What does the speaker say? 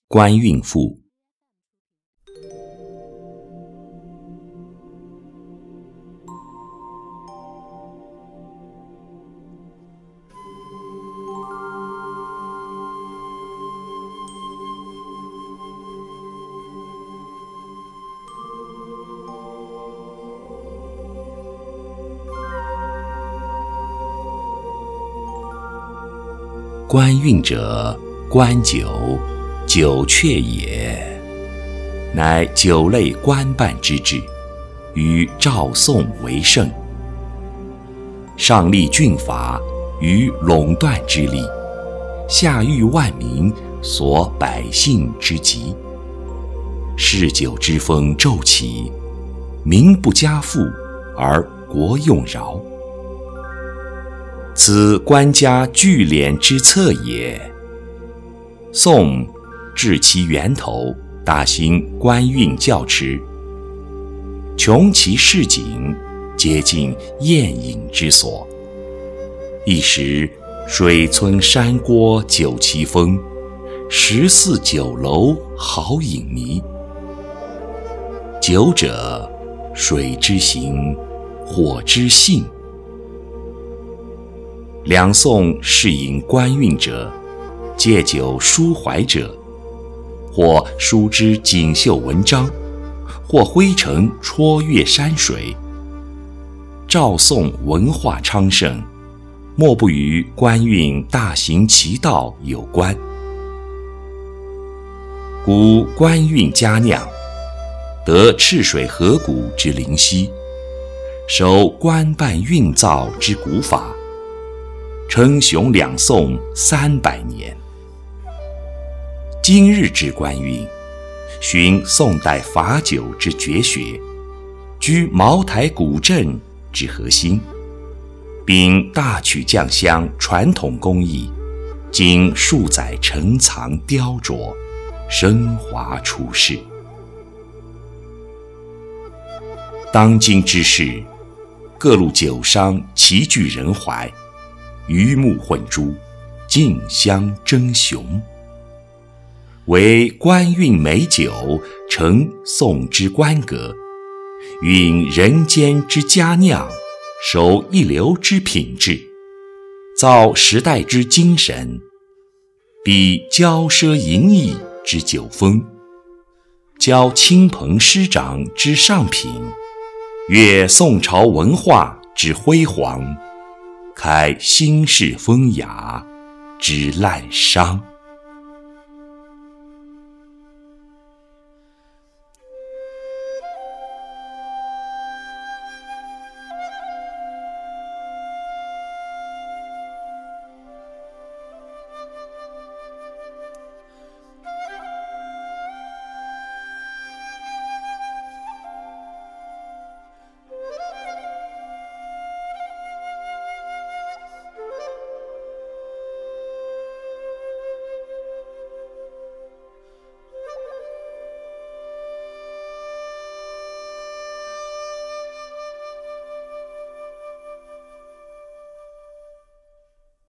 官运赋。官运者，官酒，酒阙也，乃酒类官办之制，与赵宋为盛。上立郡法于垄断之力，下育万民所百姓之急。嗜酒之风骤起，民不加赋，而国用饶。此官家聚敛之策也。宋至其源头，大兴官运教池，穷其市井，接近宴饮之所。一时水村山郭酒旗风，14酒楼好饮靡。酒者，水之行，火之性。两宋适饮官运者，借酒抒怀者，或书之锦绣文章，或挥城戳越山水。赵宋文化昌盛，莫不与官运大行其道有关。古官运佳酿，得赤水河谷之灵犀，守官办运造之古法，称雄两宋300年。今日之官运，循宋代法酒之绝学，居茅台古镇之核心，并大取酱香传统工艺，经数载陈藏雕琢，升华出世。当今之世，各路酒商齐聚人怀，鱼目混珠，竞相争雄。唯官运美酒，成宋之官格，蕴人间之佳酿，守一流之品质，造时代之精神，比骄奢淫逸之酒风，教亲朋师长之上品，阅宋朝文化之辉煌，开新式风雅之滥觞。